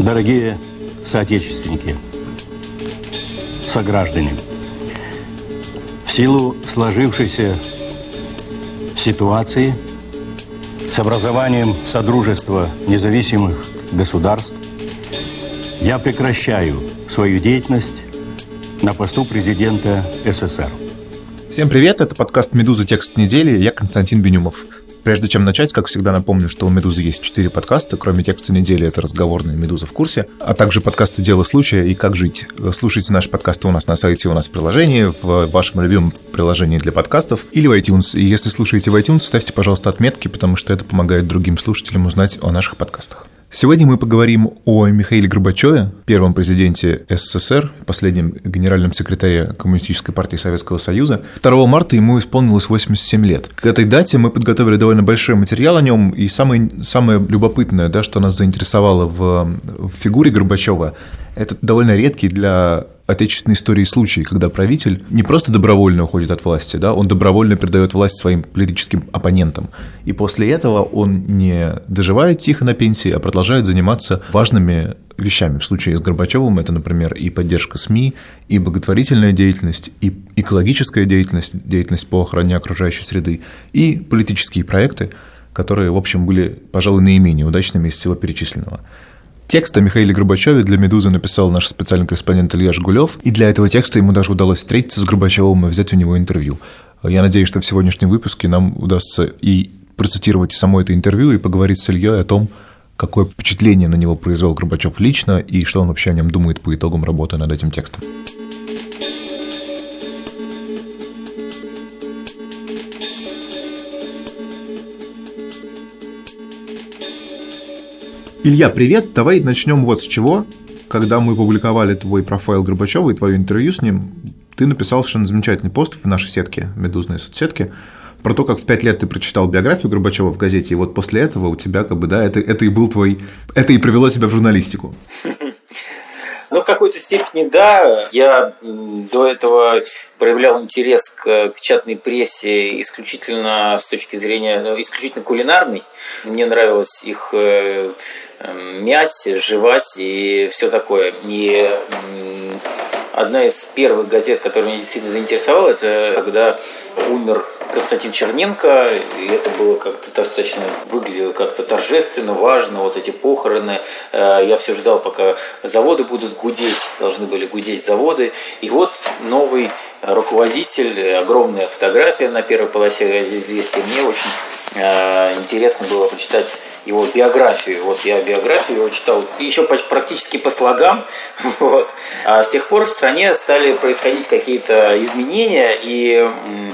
Дорогие соотечественники, сограждане, в силу сложившейся ситуации с образованием Содружества независимых государств я прекращаю свою деятельность на посту президента СССР. Всем привет, это подкаст «Медуза. Текст недели», я Константин Бенюмов. Прежде чем начать, как всегда, напомню, что у «Медузы» есть 4 подкаста, кроме «Текста недели» — это разговорный «Медуза в курсе», а также подкасты «Дело случая» и «Как жить». Слушайте наши подкасты у нас на сайте, у нас в приложении, в вашем любимом приложении для подкастов или в iTunes. И если слушаете в iTunes, ставьте, пожалуйста, отметки, потому что это помогает другим слушателям узнать о наших подкастах. Сегодня мы поговорим о Михаиле Горбачеве, первом президенте СССР, последнем генеральном секретаре Коммунистической партии Советского Союза. 2 марта ему исполнилось 87 лет. К этой дате мы подготовили довольно большой материал о нем, и самое любопытное, что нас заинтересовало в фигуре Горбачева, это довольно редкий для отечественной истории случай, когда правитель не просто добровольно уходит от власти, он добровольно передает власть своим политическим оппонентам. И после этого он не доживает тихо на пенсии, а продолжает заниматься важными вещами. В случае с Горбачевым это, например, и поддержка СМИ, и благотворительная деятельность, и экологическая деятельность, деятельность по охране окружающей среды, и политические проекты, которые, в общем, были, пожалуй, наименее удачными из всего перечисленного. Текст о Михаиле Горбачеве для «Медузы» написал наш специальный корреспондент Илья Жгулев, и для этого текста ему даже удалось встретиться с Горбачевым и взять у него интервью. Я надеюсь, что в сегодняшнем выпуске нам удастся и процитировать само это интервью, и поговорить с Ильей о том, какое впечатление на него произвел Горбачев лично, и что он вообще о нем думает по итогам работы над этим текстом. Илья, привет! Давай начнем вот с чего. Когда мы публиковали твой профайл Горбачева и твое интервью с ним, ты написал совершенно замечательный пост в нашей сетке, медузной соцсетке, про то, как в 5 лет ты прочитал биографию Горбачева в газете, и вот после этого у тебя это и был это и привело тебя в журналистику. Ну, в какой-то степени, да. Я до этого проявлял интерес к печатной прессе исключительно с точки зрения, исключительно кулинарной. Мне нравилось их мять, жевать и все такое. И одна из первых газет, которая меня действительно заинтересовала, это когда умер Константин Черненко, и это было как-то достаточно, выглядело как-то торжественно, важно, вот эти похороны. Я все ждал, пока заводы будут гудеть, должны были гудеть заводы. И вот новый руководитель, огромная фотография на первой полосе газеты «Известия». Мне очень интересно было почитать его биографию. Вот я биографию его читал еще практически по слогам. Вот. А с тех пор в стране стали происходить какие-то изменения, и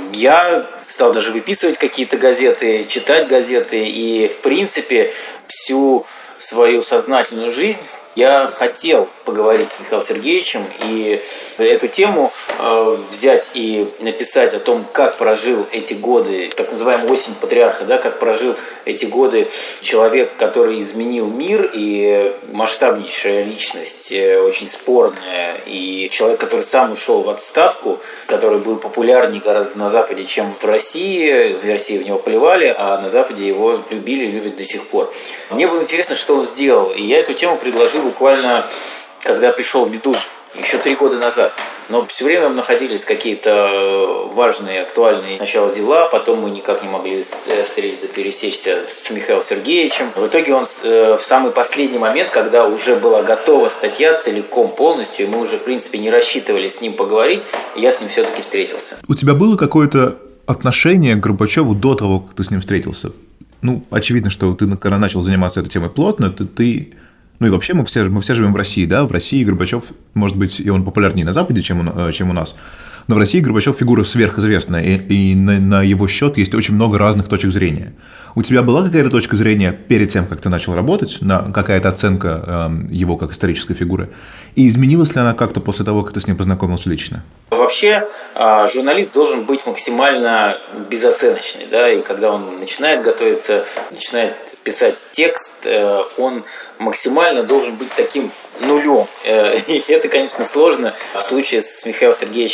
я стал даже выписывать какие-то газеты, читать газеты, и в принципе всю свою сознательную жизнь я хотел поговорить с Михаилом Сергеевичем и эту тему взять и написать о том, как прожил эти годы, так называемая осень патриарха, как прожил эти годы человек, который изменил мир, и масштабнейшая личность, очень спорная, и человек, который сам ушел в отставку, который был популярнее гораздо на Западе, чем в России. В России в него плевали, а на Западе его любили и любят до сих пор. Мне было интересно, что он сделал, и я эту тему предложил буквально, когда пришел в «Медузу», еще 3 года назад. Но все время находились какие-то важные, актуальные сначала дела, потом мы никак не могли встретиться, пересечься с Михаилом Сергеевичем. В итоге он в самый последний момент, когда уже была готова статья целиком, полностью, и мы уже, в принципе, не рассчитывали с ним поговорить, я с ним все-таки встретился. У тебя было какое-то отношение к Горбачеву до того, как ты с ним встретился? Очевидно, что ты, когда начал заниматься этой темой плотно, ты и вообще мы все живем в России, в России Горбачев, может быть, и он популярнее на Западе, чем у нас, но в России Горбачев фигура сверхизвестная, и на его счет есть очень много разных точек зрения. У тебя была какая-то точка зрения перед тем, как ты начал работать, какая-то оценка его как исторической фигуры, и изменилась ли она как-то после того, как ты с ним познакомился лично? Вообще, журналист должен быть максимально безоценочный, и когда он начинает готовиться, начинает писать текст, он максимально должен быть таким нулем. И это, конечно, сложно в случае с Михаилом Сергеевичем Горбачевым.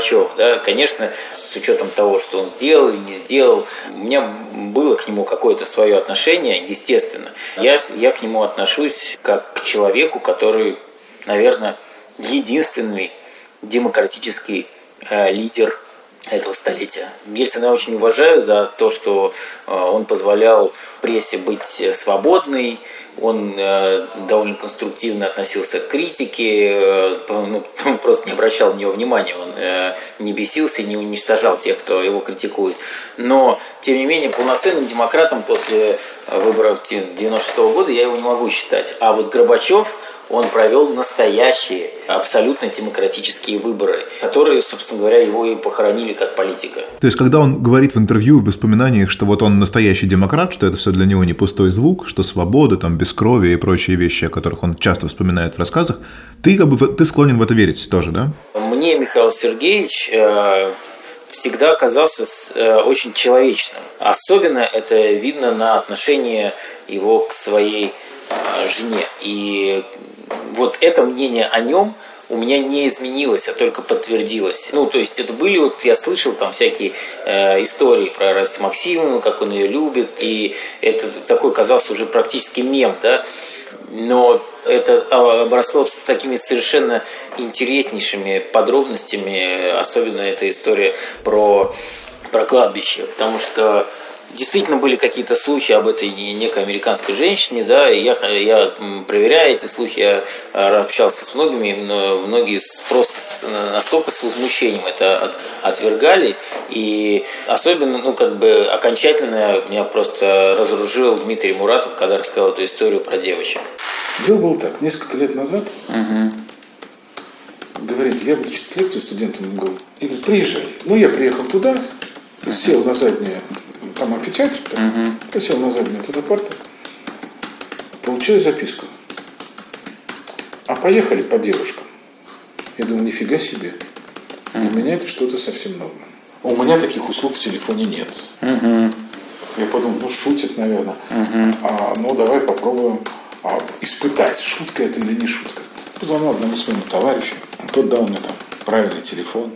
Горбачев, да, конечно, с учетом того, что он сделал или не сделал, у меня было к нему какое-то свое отношение, естественно. Я к нему отношусь как к человеку, который, наверное, единственный демократический лидер этого столетия. Ельцина я очень уважаю за то, что он позволял прессе быть свободной, он довольно конструктивно относился к критике, просто не обращал на него внимания, он не бесился, не уничтожал тех, кто его критикует. Но, тем не менее, полноценным демократом после выборов 1996 года я его не могу считать. А вот Горбачев, он провел настоящие, абсолютно демократические выборы, которые, собственно говоря, его и похоронили как политика. То есть, когда он говорит в интервью, в воспоминаниях, что вот он настоящий демократ, что это все для него не пустой звук, что свобода, там, бескровие и прочие вещи, о которых он часто вспоминает в рассказах, ты склонен в это верить тоже, да? Мне Михаил Сергеевич всегда казался очень человечным. Особенно это видно на отношении его к своей жене. И вот это мнение о нем у меня не изменилось, а только подтвердилось. То есть это были, я слышал там всякие истории про Раису Максимовну, как он ее любит, и это такой казался уже практически мем, да. Но это обросло с такими совершенно интереснейшими подробностями, особенно эта история про кладбище, потому что действительно были какие-то слухи об этой некой американской женщине, да, и я проверяю эти слухи, я общался с многими, многие просто настолько с возмущением это отвергали, и особенно, окончательно меня просто разоружил Дмитрий Муратов, когда рассказал эту историю про девочек. Дело было так, несколько лет назад, говорит, я буду читать лекцию студентам МГУ, и говорит, приезжай. Я приехал туда, сел на заднее, там амфитеатр, я сел на заднюю туда парту, получаю записку. А поехали по девушкам. Я думаю, нифига себе. Для меня это что-то совсем новое. У меня таких услуг в телефоне нет. Я подумал, шутят, наверное. Давай попробуем испытать, шутка это или не шутка. Позвонил одному своему товарищу. Тот дал мне там правильный телефон.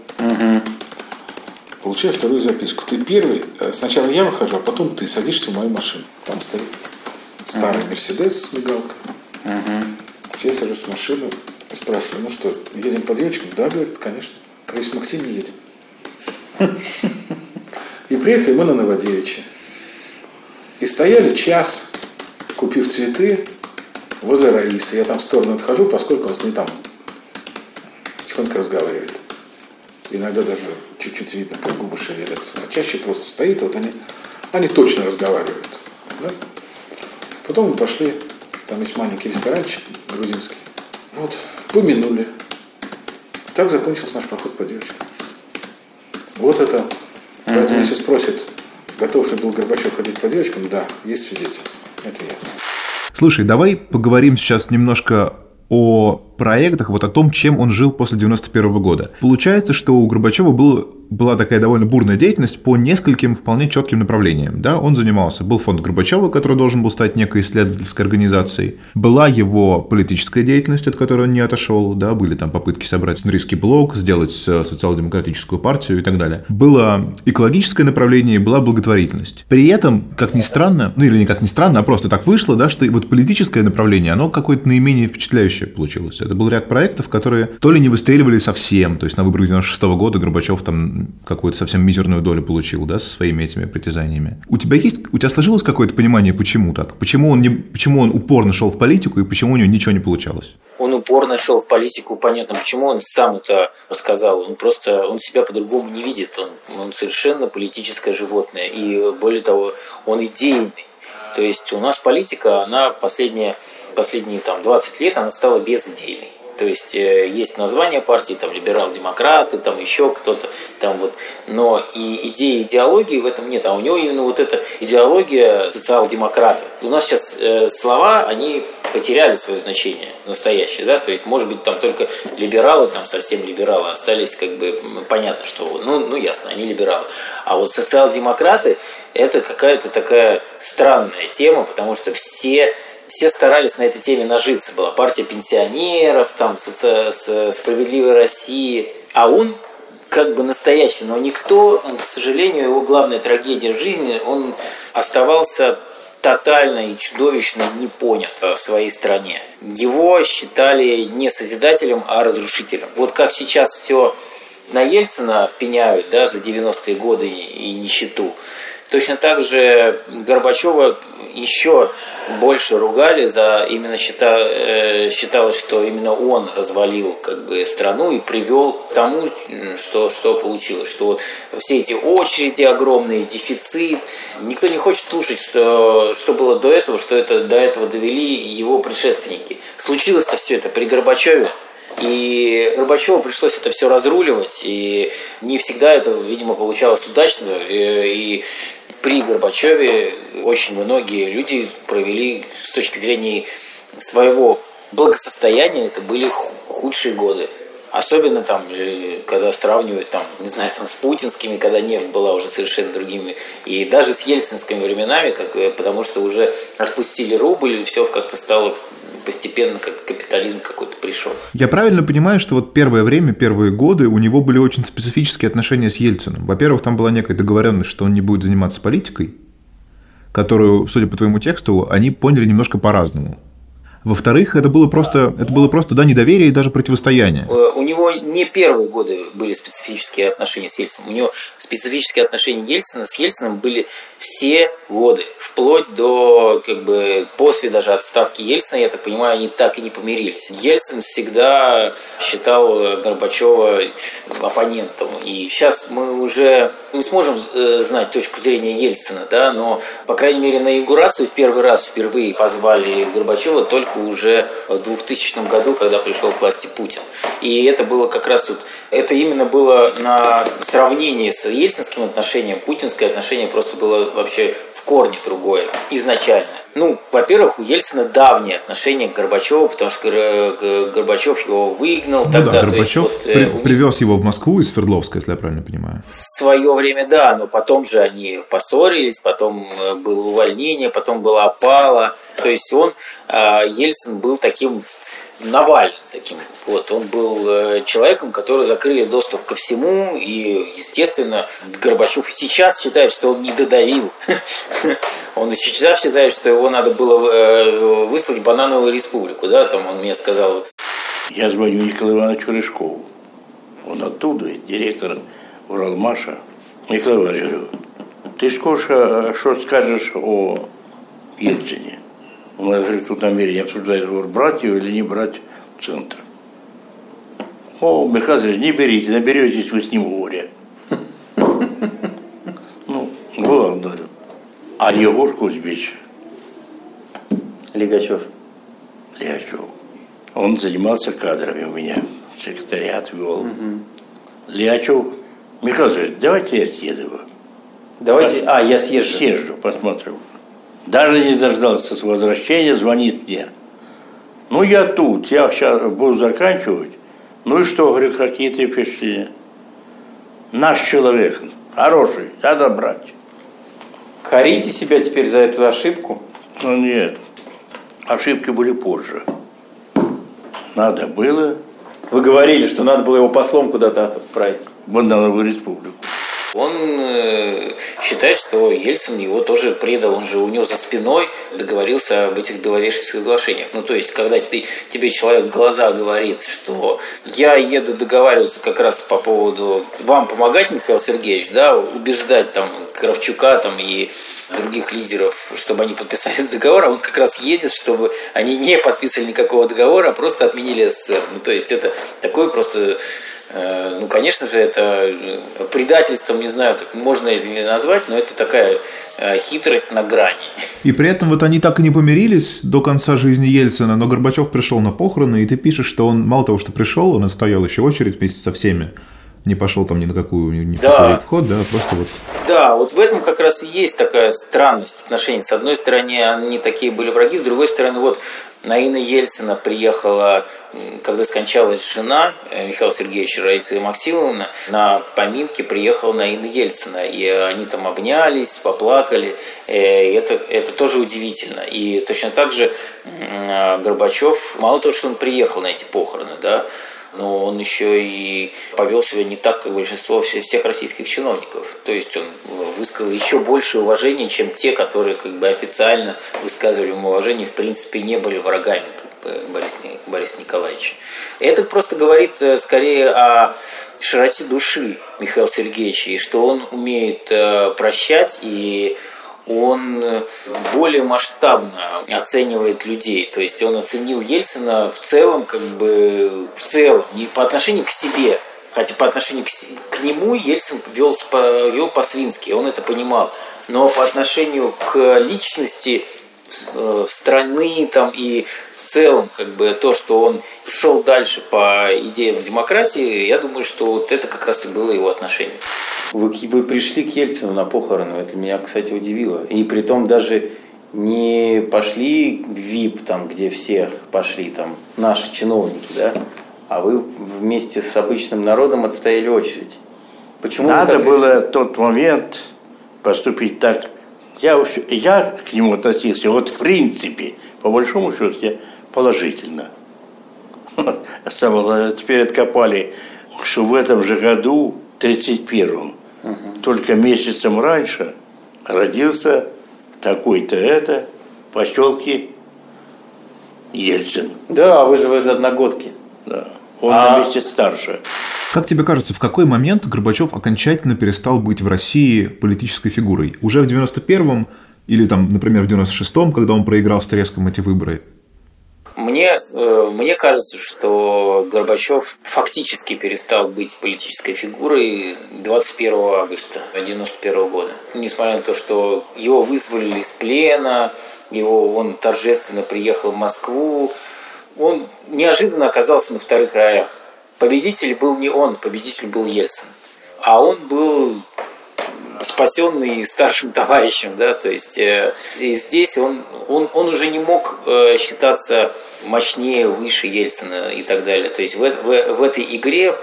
Получаю вторую записку. Ты первый, сначала я выхожу, а потом ты садишься в мою машину. Там стоит старый Мерседес с мигалкой. Я сажусь в машину и спрашиваю, что, едем по девочкам? Да, говорит, конечно. К Раисе Максимовне едем. И приехали мы на Новодевичье. И стояли час, купив цветы, возле Раисы. Я там в сторону отхожу, поскольку он с ней там тихонько разговаривает. Иногда даже чуть-чуть видно, как губы шевелятся. А чаще просто стоит, они точно разговаривают. Да? Потом мы пошли, там есть маленький ресторанчик грузинский. Помянули. Так закончился наш поход по девочкам. Это. Поэтому если спросят, готов ли был Горбачев ходить по девочкам, да, есть свидетельство. Это я. Слушай, давай поговорим сейчас немножко о проектах, о том, чем он жил после 1991 года. Получается, что у Горбачева была такая довольно бурная деятельность по нескольким вполне четким направлениям. Да? Он был фонд Горбачева, который должен был стать некой исследовательской организацией. Была его политическая деятельность, от которой он не отошел. Да? Были там попытки собрать центристский блок, сделать социал-демократическую партию и так далее. Было экологическое направление, была благотворительность. При этом, как ни странно, или не как ни странно, а просто так вышло, да, что политическое направление, оно какое-то наименее впечатляющее получилось. Это был ряд проектов, которые то ли не выстреливали совсем, то есть на выборах 1996 года Горбачев там какую-то совсем мизерную долю получил, да, со своими этими притязаниями. У тебя сложилось какое-то понимание, почему так? Почему он упорно шел в политику и почему у него ничего не получалось? Он упорно шел в политику, понятно, почему он сам это сказал. Он себя по-другому не видит. Он совершенно политическое животное. И более того, он идейный. То есть у нас политика, она последние 20 лет она стала безидейной. То есть есть название партии, там либерал-демократы, там еще кто-то, но и идеи, идеологии в этом нет, а у него именно эта идеология социал-демократа. У нас сейчас слова, они потеряли свое значение настоящее, да, то есть может быть там только либералы, там совсем либералы остались, понятно, что, ясно, они либералы. А вот социал-демократы это какая-то такая странная тема, потому что все старались на этой теме нажиться. Была партия пенсионеров, там, «Справедливой России». А он как бы настоящий, но никто, к сожалению, его главная трагедия в жизни, он оставался тотально и чудовищно не понят в своей стране. Его считали не созидателем, а разрушителем. Вот как сейчас все на Ельцина пеняют, да, за 90-е годы и нищету, точно так же Горбачева еще больше ругали за именно считалось, что именно он развалил как бы страну и привел к тому, что получилось, что вот все эти очереди огромные, дефицит, никто не хочет слушать, что было до этого, что это до этого довели его предшественники. Случилось-то все это при Горбачеве. И Горбачеву пришлось это все разруливать, и не всегда это, видимо, получалось удачно. И при Горбачеве очень многие люди провели с точки зрения своего благосостояния, это были худшие годы. Особенно там, когда сравнивают там, не знаю, там, с путинскими, когда нефть была уже совершенно другими, и даже с ельцинскими временами, потому что уже распустили рубль, и все как-то стало постепенно, как капитализм какой-то пришел. Я правильно понимаю, что вот первое время, первые годы у него были очень специфические отношения с Ельциным? Во-первых, там была некая договоренность, что он не будет заниматься политикой, которую, судя по твоему тексту, они поняли немножко по-разному. Во-вторых, это было просто да, недоверие и даже противостояние. У него не первые годы были специфические отношения с Ельциным. У него специфические отношения Ельцина с Ельциным были все годы. Вплоть до, как бы, после даже отставки Ельцина, я так понимаю, они так и не помирились. Ельцин всегда считал Горбачева оппонентом. И сейчас мы уже не сможем знать точку зрения Ельцина, да, но, по крайней мере, на инаугурацию впервые позвали Горбачева только уже в 2000 году, когда пришел к власти Путин. И это было как раз вот, это именно было на сравнении с ельцинским отношением. Путинское отношение просто было вообще в корне другое изначально. Ну, во-первых, у Ельцина давние отношения к Горбачеву, потому что Горбачев его выгнал тогда. Да, Горбачев привез его в Москву из Свердловска, если я правильно понимаю. В свое время, да, но потом же они поссорились, потом было увольнение, потом была опала. То есть Ельцин был таким Навальным таким. Вот. Он был человеком, который закрыли доступ ко всему, и, естественно, Горбачев сейчас считает, что он не додавил. Он сейчас считает, что его надо было выслать в Банановую республику. Да? Там он мне сказал... Я звоню Николаю Ивановичу Рыжкову. Он оттуда, директор Уралмаша. Николай Иванович, говорю, ты что скажешь о Ельцине? У нас, говорит, тут намерение обсуждать, брать ее или не брать в центр. О, Михаил Ильич, не берите, наберетесь вы с ним горя. Ну, ладно. А Егор Кузьмич? Лигачев. Он занимался кадрами у меня. Секретариат вел. Лигачев. Михаил Ильич, давайте я съеду. Я съезжу. Съезжу, посмотрю. Даже не дождался с возвращения, звонит мне. Ну, я тут, я сейчас буду заканчивать. Ну и что, говорю, какие-то впечатления? Наш человек, хороший, надо брать. Корите себя теперь за эту ошибку? Ну, нет. Ошибки были позже. Надо было... Вы говорили, что надо было его послом куда-то отправить. В Банановую республику. Он считает, что Ельцин его тоже предал. Он же у него за спиной договорился об этих Беловежских соглашениях. Ну, то есть, когда тебе человек в глаза говорит, что я еду договариваться как раз по поводу вам помогать, Михаил Сергеевич, да, убеждать там Кравчука там, и других лидеров, чтобы они подписали договор, а он как раз едет, чтобы они не подписывали никакого договора, а просто отменили СССР. Ну, то есть, это такое просто... Ну, конечно же, это предательством, не знаю, как можно ли назвать, но это такая хитрость на грани. И при этом вот они так и не помирились до конца жизни Ельцина, но Горбачев пришел на похороны, и ты пишешь, что он мало того, что пришел, он отстоял еще очередь вместе со всеми, не пошел там ни на какой вход, да, просто вот... Да, вот в этом как раз и есть такая странность отношений. С одной стороны, они такие были враги, с другой стороны, вот Наина Ельцина приехала, когда скончалась жена Михаила Сергеевича, Раиса Максимовна, на поминки приехала Наина Ельцина, и они там обнялись, поплакали, это тоже удивительно. И точно так же Горбачев, мало того, что он приехал на эти похороны, да, но он еще и повел себя не так, как большинство всех российских чиновников. То есть он высказал еще больше уважения, чем те, которые как бы официально высказывали ему уважение, в принципе, не были врагами Бориса Николаевича. Это просто говорит скорее о широте души Михаила Сергеевича, и что он умеет прощать, и он более масштабно оценивает людей. То есть он оценил Ельцина в целом, не по отношению к себе. Хотя по отношению к нему Ельцин вел по-свински, он это понимал. Но по отношению к личности страны там, и в целом то, что он шел дальше по идеям демократии, я думаю, что вот это как раз и было его отношение. Вы пришли к Ельцину на похороны, это меня, кстати, удивило. И притом даже не пошли в ВИП, там, где всех пошли там, наши чиновники, да? А вы вместе с обычным народом отстояли очередь. Почему надо было в тот момент поступить так. Я к нему относился, вот в принципе, по большому счету, я положительно. Теперь откопали, что в этом же году, 31-м, только месяцем раньше родился такой-то в поселке Ельцин. Да, вы же одногодки. Да. Он на месяц старше. Как тебе кажется, в какой момент Горбачев окончательно перестал быть в России политической фигурой? Уже в 91-м или, там, например, в 96-м, когда он проиграл с треском эти выборы? Мне кажется, что Горбачев фактически перестал быть политической фигурой 21 августа 1991 года. Несмотря на то, что его вызволили из плена, он торжественно приехал в Москву, он неожиданно оказался на вторых ролях. Победитель был не он, победитель был Ельцин. А он был спасенный старшим товарищем, да, то есть и здесь он уже не мог считаться мощнее, выше Ельцина и так далее. То есть в этой игре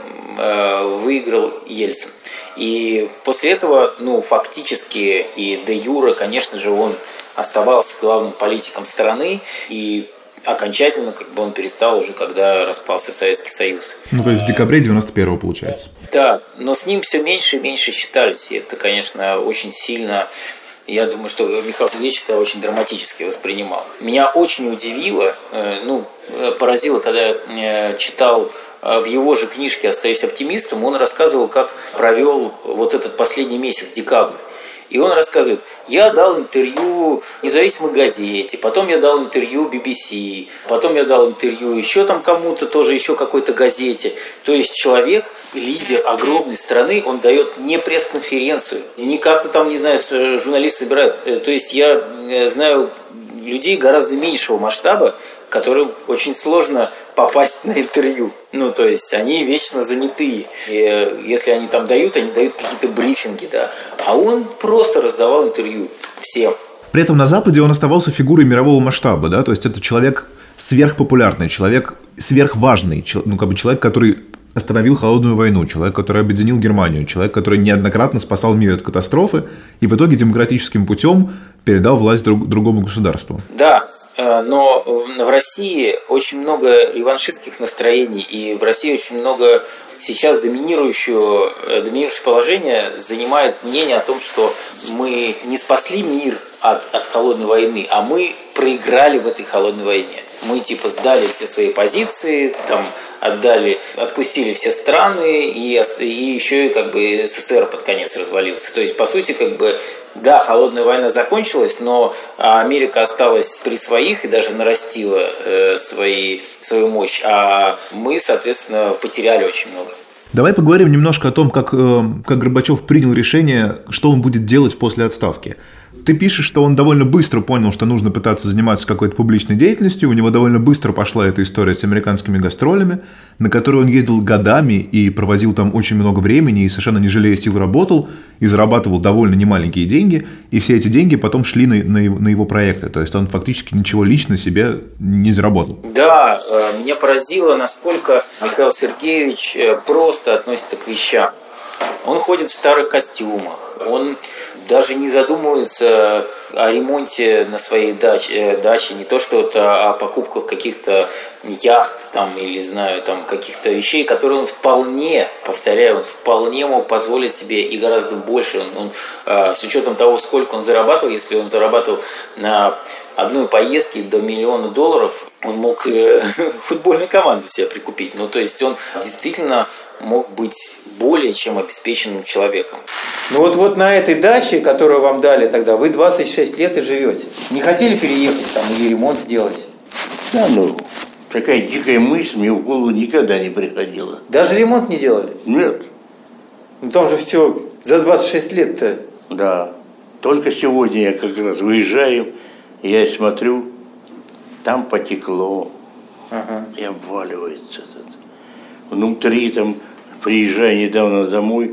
выиграл Ельцин. И после этого, фактически и де юре, конечно же, он оставался главным политиком страны, и окончательно он перестал уже, когда распался Советский Союз. То есть в декабре 91-го, получается. Да, но с ним все меньше и меньше считались. И это, конечно, очень сильно... Я думаю, что Михаил Сергеевич это очень драматически воспринимал. Меня очень удивило, поразило, когда я читал в его же книжке «Остаюсь оптимистом», он рассказывал, как провел вот этот последний месяц, декабрь. И он рассказывает, я дал интервью независимой газете, потом я дал интервью BBC, потом я дал интервью еще там кому-то, тоже еще какой-то газете. То есть человек, лидер огромной страны, он дает не пресс-конференцию, не как-то там, не знаю, журналисты собирают. То есть я знаю людей гораздо меньшего масштаба, которым очень сложно попасть на интервью. То есть они вечно занятые. И если они там дают, они дают какие-то брифинги, да. А он просто раздавал интервью всем. При этом на Западе он оставался фигурой мирового масштаба, да, то есть это человек сверхпопулярный, человек сверхважный, человек, который остановил холодную войну, человек, который объединил Германию, человек, который неоднократно спасал мир от катастрофы и в итоге демократическим путем передал власть другому государству. Да. Но в России очень много реваншистских настроений, и в России очень много сейчас доминирующее положение занимает мнение о том, что мы не спасли мир от холодной войны, а мы проиграли в этой холодной войне. Мы сдали все свои позиции, отпустили все страны, и еще и СССР под конец развалился. То есть, по сути, да, холодная война закончилась, но Америка осталась при своих и даже нарастила свою мощь, а мы, соответственно, потеряли очень много. Давай поговорим немножко о том, как Горбачев принял решение, что он будет делать после отставки. Ты пишешь, что он довольно быстро понял, что нужно пытаться заниматься какой-то публичной деятельностью. У него довольно быстро пошла эта история с американскими гастролями, на которые он ездил годами и проводил там очень много времени, и совершенно не жалея сил работал, и зарабатывал довольно немаленькие деньги, и все эти деньги потом шли на его проекты. То есть он фактически ничего лично себе не заработал. Да, меня поразило, насколько Михаил Сергеевич просто относится к вещам. Он ходит в старых костюмах, он даже не задумывается о ремонте на своей даче, не то что это о покупках каких-то яхт там, или, знаю, там, каких-то вещей, которые он вполне, повторяю, он вполне мог позволить себе и гораздо больше. Он, с учетом того, сколько он зарабатывал, если он зарабатывал на одной поездке до $1 миллиона, он мог футбольную команду себе прикупить. Ну, то есть он действительно мог быть более чем обеспеченным человеком. Ну вот на этой даче, которую вам дали тогда, вы 26 лет и живете. Не хотели переехать там или ремонт сделать? Да, ну, такая дикая мысль мне в голову никогда не приходила. Даже ремонт не делали? Нет. Ну там же все за 26 лет-то. Да. Только сегодня я как раз выезжаю, я смотрю, там потекло, и обваливается. Внутри там, приезжая недавно домой,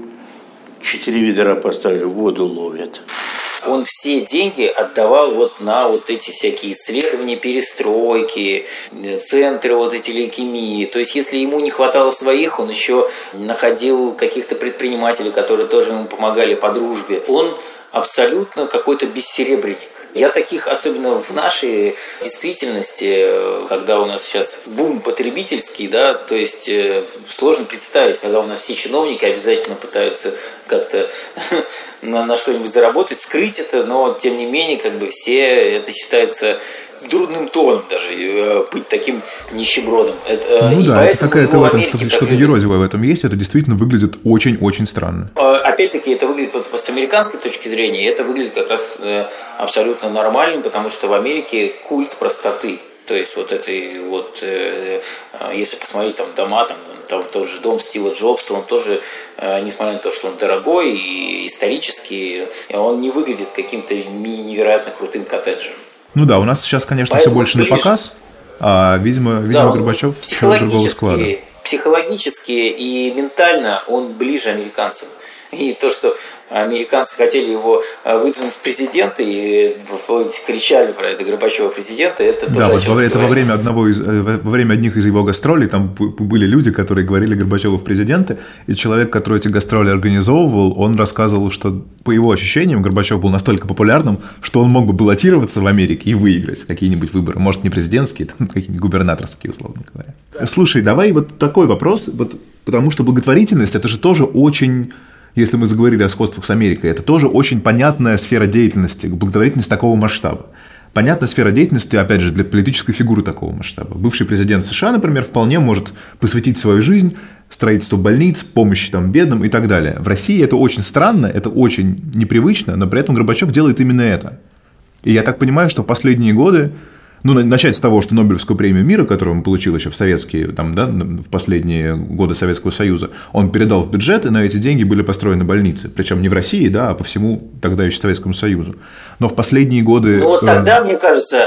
4 ведра поставили, воду ловят. Он все деньги отдавал вот на вот эти всякие исследования, перестройки, центры вот эти лейкемии. То есть, если ему не хватало своих, он еще находил каких-то предпринимателей, которые тоже ему помогали по дружбе. Он абсолютно какой-то бессеребренник. Я таких, особенно в нашей действительности, когда у нас сейчас бум потребительский, да, то есть сложно представить, когда у нас все чиновники обязательно пытаются как-то на что-нибудь заработать, скрыть это, но тем не менее, как бы все это считается дурным тоном даже быть таким нищебродом. Ну да, это какая-то в этом что-то еродивое в этом есть, это действительно выглядит очень-очень странно. Опять-таки, это выглядит вот с американской точки зрения, это выглядит как раз абсолютно нормальным, потому что в Америке культ простоты. То есть вот этой вот, если посмотреть там дома, там тот же дом Стива Джобса, он тоже, несмотря на то, что он дорогой и исторический, он не выглядит каким-то невероятно крутым коттеджем. Ну да, у нас сейчас, конечно, поэтому все больше на показ, а, видимо, да, Горбачев другого склада. Психологически и ментально он ближе американцам. И то, что американцы хотели его выдвинуть в президенты и кричали про это Горбачева президента, это тоже. Да, вот во время одних из его гастролей там были люди, которые говорили Горбачеву в президенты, и человек, который эти гастроли организовывал, он рассказывал, что по его ощущениям Горбачев был настолько популярным, что он мог бы баллотироваться в Америке и выиграть какие-нибудь выборы, может, не президентские, там какие-нибудь губернаторские, условно говоря. Слушай, давай вот такой вопрос, вот, потому что благотворительность – это же тоже очень... Если мы заговорили о сходствах с Америкой, это тоже очень понятная сфера деятельности, благотворительность такого масштаба. Понятная сфера деятельности, опять же, для политической фигуры такого масштаба. Бывший президент США, например, вполне может посвятить свою жизнь строительству больниц, помощи там, бедным и так далее. В России это очень странно, это очень непривычно, но при этом Горбачев делает именно это. И я так понимаю, что в последние годы, ну, начать с того, что Нобелевскую премию мира, которую он получил еще в советские, там, да, в последние годы Советского Союза, он передал в бюджет, и на эти деньги были построены больницы. Причем не в России, да, а по всему тогда еще Советскому Союзу. Но в последние годы... Ну вот тогда, мне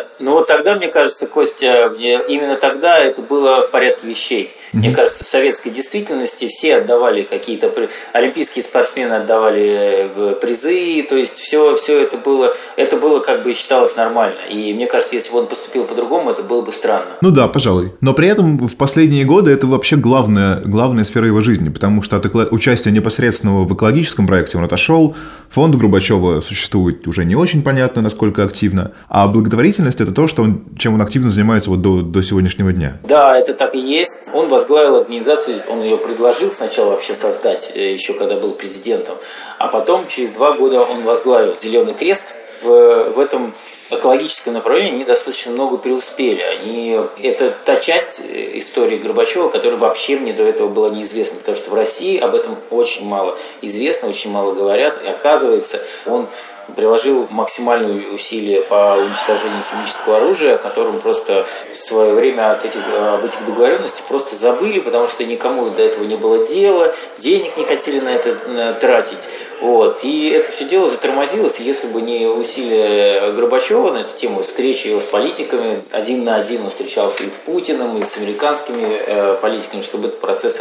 кажется, Костя, именно тогда это было в порядке вещей. Мне кажется, в советской действительности все отдавали какие-то... Олимпийские спортсмены отдавали призы, то есть все это было как бы считалось нормально. И мне кажется, если бы он поступил по-другому, это было бы странно. Ну да, пожалуй. Но при этом в последние годы это вообще главная сфера его жизни, потому что от участия непосредственного в экологическом проекте он отошел, фонд Горбачева существует уже не очень понятно, насколько активно, а благотворительность – это то, чем он активно занимается вот до сегодняшнего дня. Да, это так и есть. Он возглавил организацию, он ее предложил сначала вообще создать, еще когда был президентом, а потом через 2 года он возглавил «Зеленый крест». В этом экологическом направлении они достаточно много преуспели. Это та часть истории Горбачева, которая вообще мне до этого была неизвестна, потому что в России об этом очень мало известно, очень мало говорят. И оказывается, он приложил максимальные усилия по уничтожению химического оружия, о котором просто в свое время об этих договоренностях просто забыли, потому что никому до этого не было дела, денег не хотели на это тратить. Вот. И это все дело затормозилось, и если бы не усилия Горбачева на эту тему, встречи его с политиками, 1 на 1 он встречался и с Путиным, и с американскими политиками, чтобы этот процесс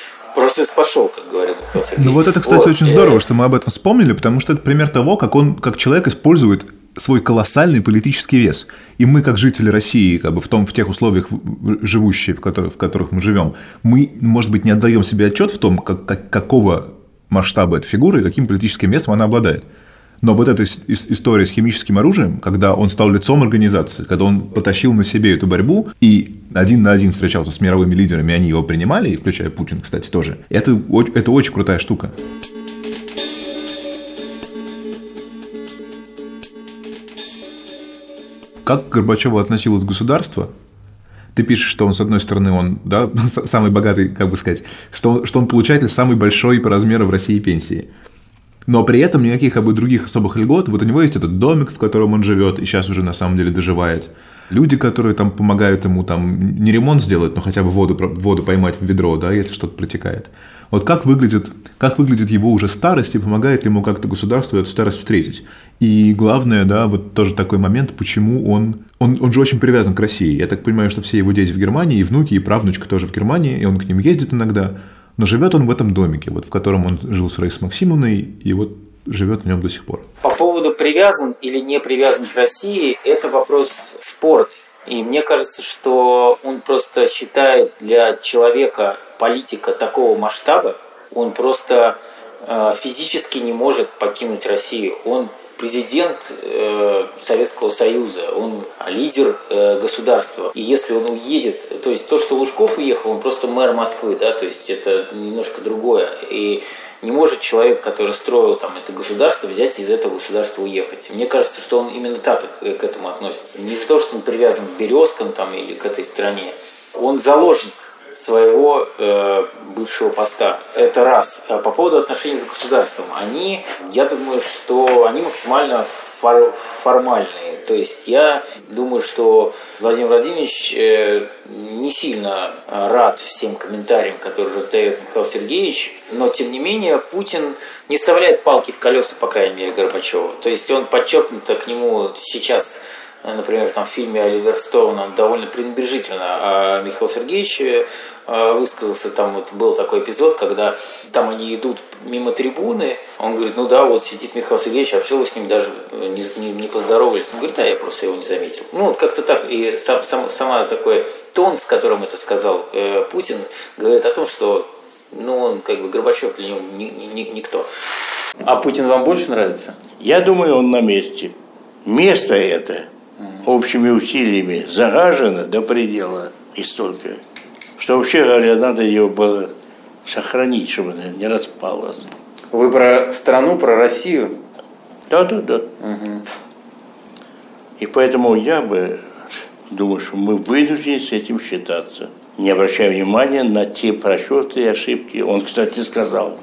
пошел, как говорит Михаил Сергеевич. Ну вот это, кстати, очень здорово, что мы об этом вспомнили, потому что это пример того, как человек использует свой колоссальный политический вес. И мы, как жители России, как бы в тех условиях живущие, в которых мы живем, мы, может быть, не отдаем себе отчет в том, какого масштабы этой фигуры и каким политическим весом она обладает. Но вот эта история с химическим оружием, когда он стал лицом организации, когда он потащил на себе эту борьбу и один на один встречался с мировыми лидерами, и они его принимали, включая Путин, кстати, тоже, это очень крутая штука. Как к Горбачеву относилось государство? Ты пишешь, что он, с одной стороны, он, да, самый богатый, как бы сказать, что он получатель самой большой по размеру в России пенсии. Но при этом никаких других особых льгот. Вот у него есть этот домик, в котором он живет, и сейчас уже на самом деле доживает. Люди, которые там помогают ему там не ремонт сделать, но хотя бы воду поймать в ведро, да, если что-то протекает. Вот как выглядит его уже старость, и помогает ли ему как-то государство эту старость встретить? И главное, да, вот тоже такой момент, почему он же очень привязан к России. Я так понимаю, что все его дети в Германии, и внуки, и правнучка тоже в Германии, и он к ним ездит иногда. Но живет он в этом домике, вот в котором он жил с Раисой Максимовной, и вот живет в нем до сих пор. По поводу привязан или не привязан к России, это вопрос спорный. И мне кажется, что он просто считает для человека, политика такого масштаба, он просто физически не может покинуть Россию. Он президент Советского Союза, он лидер государства. И если он уедет, то есть то, что Лужков уехал, он просто мэр Москвы, да, то есть это немножко другое. И не может человек, который строил там это государство, взять и из этого государства уехать. Мне кажется, что он именно так к этому относится. Не из-за того, что он привязан к Березкам там, или к этой стране. Он заложник своего бывшего поста. Это раз. А по поводу отношений с государством. Я думаю, что они максимально формальные. То есть я думаю, что Владимир Владимирович не сильно рад всем комментариям, которые раздает Михаил Сергеевич, но тем не менее Путин не вставляет палки в колеса, по крайней мере, Горбачеву. То есть он подчеркнуто к нему сейчас, например, там, в фильме Оливер Стоун, он довольно пренебрежительно, а Михаил Сергеевич высказался, там вот был такой эпизод, когда там они идут мимо трибуны, он говорит, ну да, вот сидит Михаил Сергеевич, а все вы с ним даже не поздоровались. Он говорит, да, я просто его не заметил. Ну вот как-то так, и сама такой тон, с которым это сказал Путин, говорит о том, что он как бы Горбачев для него никто. А Путин вам больше нравится? Я думаю, он на месте. Место это общими усилиями загажено до предела и столько, что вообще говоря, надо ее было сохранить, чтобы она не распалась. Вы про страну, про Россию? Да. Угу. И поэтому я бы думаю, что мы вынуждены с этим считаться, не обращая внимания на те просчеты и ошибки. Он, кстати, сказал,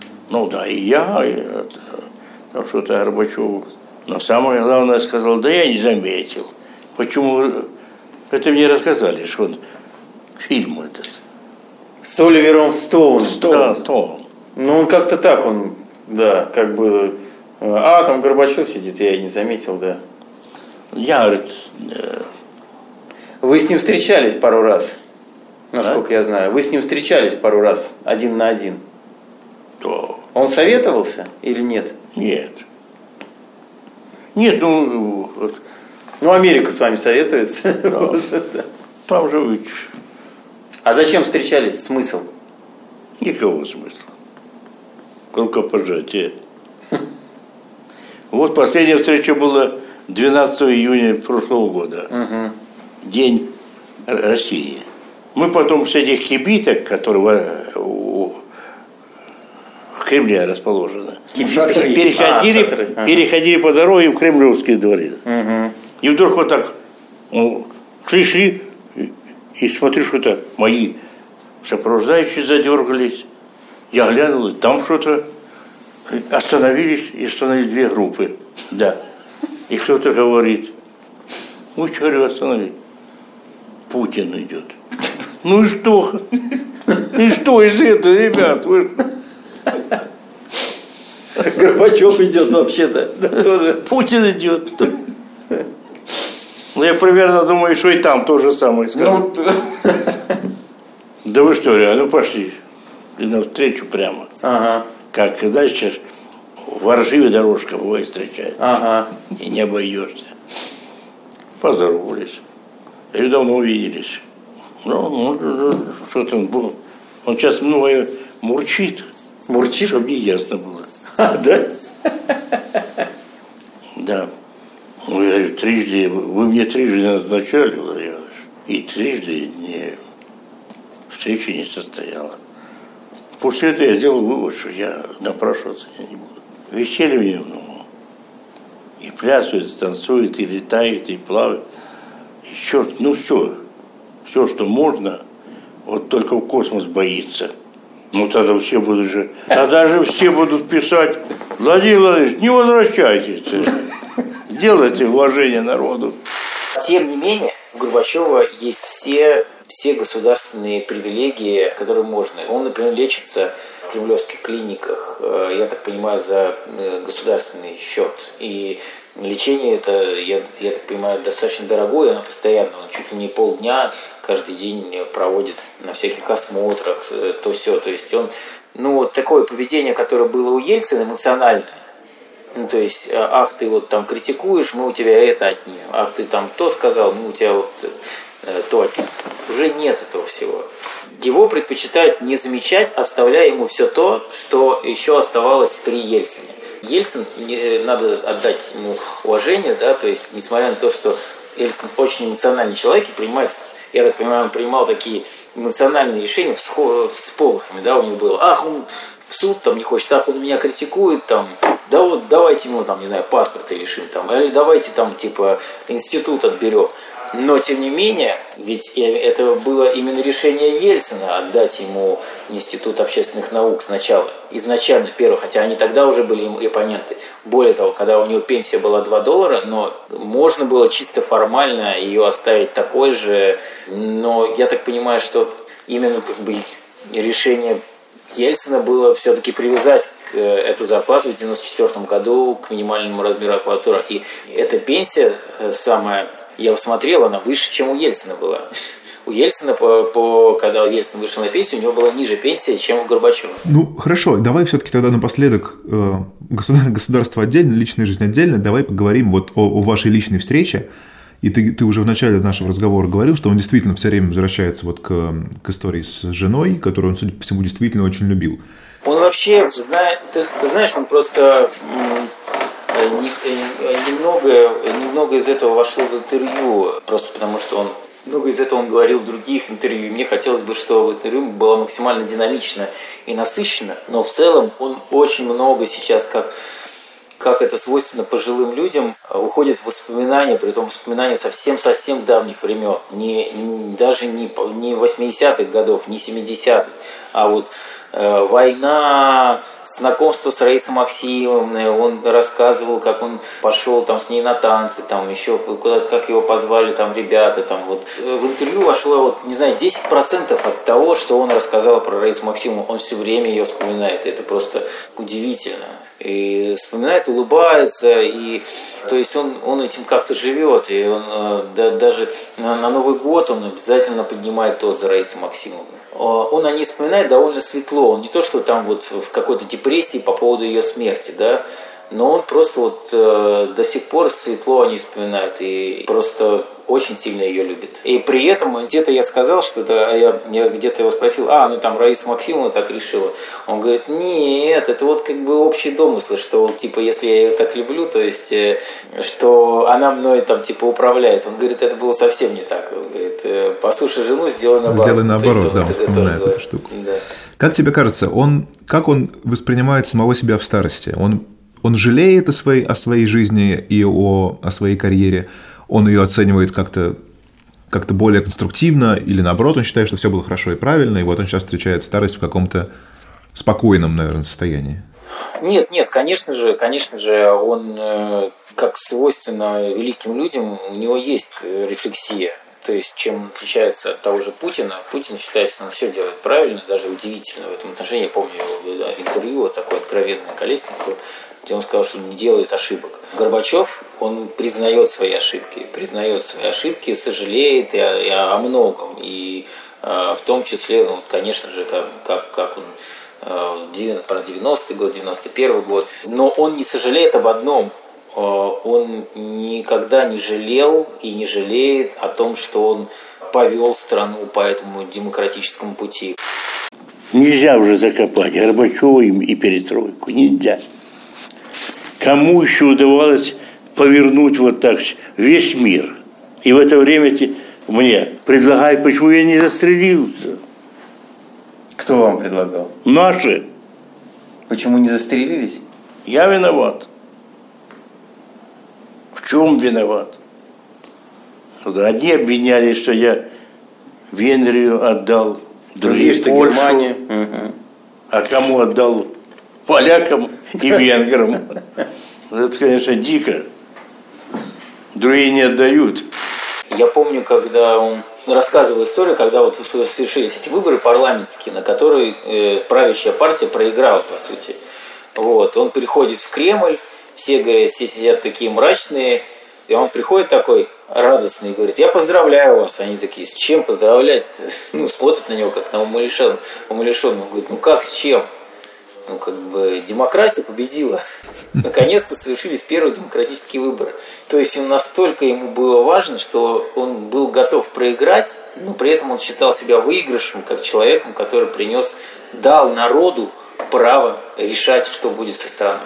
там что-то Горбачеву. Но самое главное сказал, да я не заметил. Почему? Это мне рассказали, что он фильм этот. С Оливером Стоуном. Да, Стоун. Ну, он как-то так, как бы... там Горбачев сидит, я и не заметил, да. Вы с ним встречались пару раз, насколько я знаю. Вы с ним встречались пару раз, 1 на 1. Да. Он советовался или нет? Нет, Америка с вами советуется. Да. Там же А зачем встречались? Смысл? Никакого смысла. Рукопожатие. Вот последняя встреча была 12 июня прошлого года. Угу. День России. Мы потом с этих кибиток, которые в Кремле расположены, переходили по дороге в Кремлевский дворец. Угу. И вдруг вот так шли, и смотрю, что-то мои сопровождающие задергались. Я глянул, и там что-то остановились 2 группы. Да. И кто-то говорит, что говорю, остановить? Путин идет. Ну и что? И что из этого, ребят? Горбачев идет вообще-то. Тоже. Путин идет. Я примерно думаю, что и там то же самое скажут. Да вы что, пошли. И навстречу прямо. Ага. Как дальше в Оржеве дорожка бывает встречается. Ага. И не обойдешься. Поздоровались. И давно увиделись. Что там было? Он сейчас много мурчит. Мурчит? Чтобы не ясно было. Да? Да. Ну, я говорю, трижды, вы мне трижды назначали, Владимир Иванович, и трижды встреча не состояла. После этого я сделал вывод, что я напрашиваться не буду. Веселье, и плясывает, и танцует, и летает, и плавает. И черт, все, что можно, вот только в космос боится. Ну, тогда все будут же, все будут писать: Владимир Владимирович, не возвращайтесь, делайте уважение народу. Тем не менее, у Горбачева есть все государственные привилегии, которые можно. Он, например, лечится в кремлевских клиниках, я так понимаю, за государственный счет. И лечение это, я так понимаю, достаточно дорогое, оно постоянно. Он чуть ли не полдня каждый день проводит на всяких осмотрах, то все. То есть он, вот такое поведение, которое было у Ельцина, эмоциональное. То есть, ах, ты вот там критикуешь, мы у тебя это отнимем. Ах, ты там то сказал, мы у тебя вот то отнимем. Уже нет этого всего. Его предпочитают не замечать, оставляя ему все то, что еще оставалось при Ельцине. Ельцин, надо отдать ему уважение, да, то есть, несмотря на то, что Ельцин очень эмоциональный человек и принимает, я так понимаю, он принимал такие эмоциональные решения с полохами, да, у него было: ах, он в суд там не хочет, ах, он меня критикует, там, да вот давайте ему там, не знаю, паспорта лишим, там, или давайте там, типа, институт отберем. Но, тем не менее, ведь это было именно решение Ельцина отдать ему Институт общественных наук сначала, изначально, хотя они тогда уже были ему оппоненты. Более того, когда у него пенсия была $2, но можно было чисто формально ее оставить такой же, но я так понимаю, что именно решение Ельцина было все-таки привязать эту зарплату в 1994 году к минимальному размеру оплаты. И эта пенсия самая, я посмотрел, она выше, чем у Ельцина была. У Ельцина, когда Ельцин вышел на пенсию, у него была ниже пенсия, чем у Горбачева. Ну, хорошо, давай все-таки тогда напоследок государство отдельно, личная жизнь отдельно. Давай поговорим вот о вашей личной встрече. И ты уже в начале нашего разговора говорил, что он действительно все время возвращается вот к истории с женой, которую он, судя по всему, действительно очень любил. Он вообще, ты знаешь, он просто немного из этого вошло в интервью, просто потому что он много из этого он говорил в других интервью. И мне хотелось бы, чтобы интервью было максимально динамично и насыщенно, но в целом он очень много сейчас, как это свойственно пожилым людям, уходит в воспоминания, при том воспоминания совсем давних времен, даже не 80-х годов, не 70-х, а вот война, знакомство с Раисой Максимовной, он рассказывал, как он пошел там с ней на танцы, там еще куда-то, как его позвали там ребята, там вот. В интервью вошло, вот, не знаю, 10% от того, что он рассказал про Раису Максимовну, он все время ее вспоминает, это просто удивительно. И вспоминает, улыбается, и то есть он этим как-то живет, и он даже на Новый год он обязательно поднимает тост за Раису Максимовну. Он о ней вспоминает довольно светло, он не то, что там вот в какой-то депрессии по поводу ее смерти, да, но он просто вот до сих пор светло о ней вспоминает и просто очень сильно ее любит. И при этом где-то я сказал, что я где-то его спросил, ну там Раиса Максимовна так решила. Он говорит, нет, это вот как бы общие домыслы, что типа если я ее так люблю, то есть что она мной там типа управляет. Он говорит, это было совсем не так. Он говорит, послушай жену, сделай наоборот. Сделай наоборот, да, он вспоминает эту штуку. Да. Как тебе кажется, как он воспринимает самого себя в старости? Он жалеет о своей жизни и о своей карьере? Он ее оценивает как-то более конструктивно, или наоборот, он считает, что все было хорошо и правильно, и вот он сейчас встречает старость в каком-то спокойном, наверное, состоянии? Нет, конечно же, он, как свойственно великим людям, у него есть рефлексия. То есть, чем отличается от того же Путина. Путин считает, что он все делает правильно, даже удивительно в этом отношении. Я помню его интервью, такое откровенное Колесникову, где он сказал, что он не делает ошибок. Горбачев, он признает свои ошибки, сожалеет и о многом. И в том числе, конечно же, как он про 90-й год, 91-й год. Но он не сожалеет об одном. Он никогда не жалел и не жалеет о том, что он повел страну по этому демократическому пути. Нельзя уже закопать Горбачева и перестройку. Нельзя. Кому еще удавалось повернуть вот так весь мир? И в это время мне предлагают, почему я не застрелился. Кто вам предлагал? Наши. Почему не застрелились? Я виноват. В чем виноват? Одни обвиняли, что я Венгрию отдал, другие что Польшу. Германия. А кому отдал? Полякам и венграм. Это, конечно, дико. Другие не отдают. Я помню, когда он рассказывал историю, когда вот совершились эти выборы парламентские, на которые правящая партия проиграла, по сути. Вот. Он приходит в Кремль, все, говорят, все сидят такие мрачные, и он приходит такой радостный и говорит: я поздравляю вас. Они такие: с чем поздравлять-то? Ну, смотрят на него как на умалишенного. Он говорит: ну как с чем? Ну, как бы демократия победила. Наконец-то совершились первые демократические выборы. То есть он настолько ему было важно, что он был готов проиграть, но при этом он считал себя выигрышем, как человеком, который дал народу право решать, что будет со страной.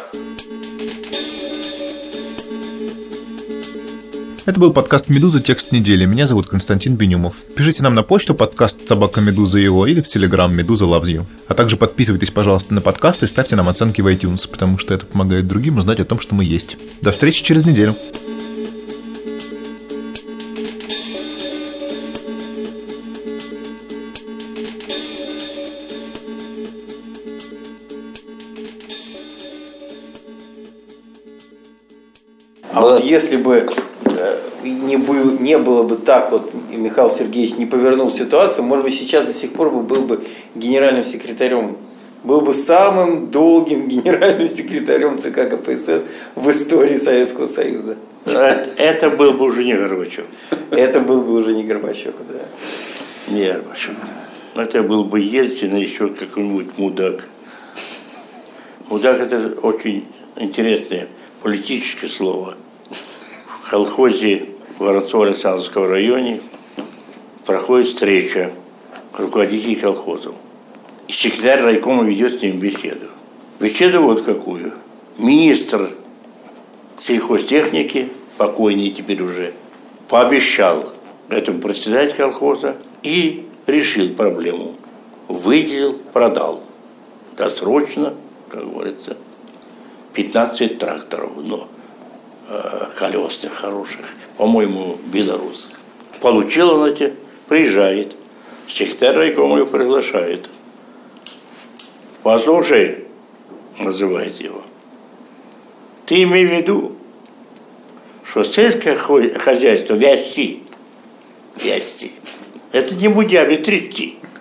Это был подкаст «Медуза. Текст недели». Меня зовут Константин Бенюмов. Пишите нам на почту подкаст @Медуза.io или в Телеграм Медуза Loves You. А также подписывайтесь, пожалуйста, на подкаст и ставьте нам оценки в iTunes, потому что это помогает другим узнать о том, что мы есть. До встречи через неделю. А вот если бы не было бы так, вот Михаил Сергеевич не повернул ситуацию, может быть, сейчас до сих пор был бы генеральным секретарем, был бы самым долгим генеральным секретарем ЦК КПСС в истории Советского Союза. Это был бы уже не Горбачев. Это был бы уже не Горбачев, да. Не Горбачев. Это был бы Ельцин и еще какой-нибудь мудак. Мудак – это очень интересное политическое слово. В колхозе в Воронцово-Александровском районе проходит встреча руководителей колхозов. И секретарь райкома ведет с ним беседу. Беседу вот какую. Министр сельхозтехники, покойный теперь уже, пообещал этому председателю колхоза и решил проблему. Выделил, продал. Досрочно, как говорится, 15 тракторов, но колесных, хороших, по-моему, белорусских. Получил он эти, приезжает, секретарь райкома его приглашает. Послушай, называет его, ты имей в виду, что сельское хозяйство вести, это не будями трясти.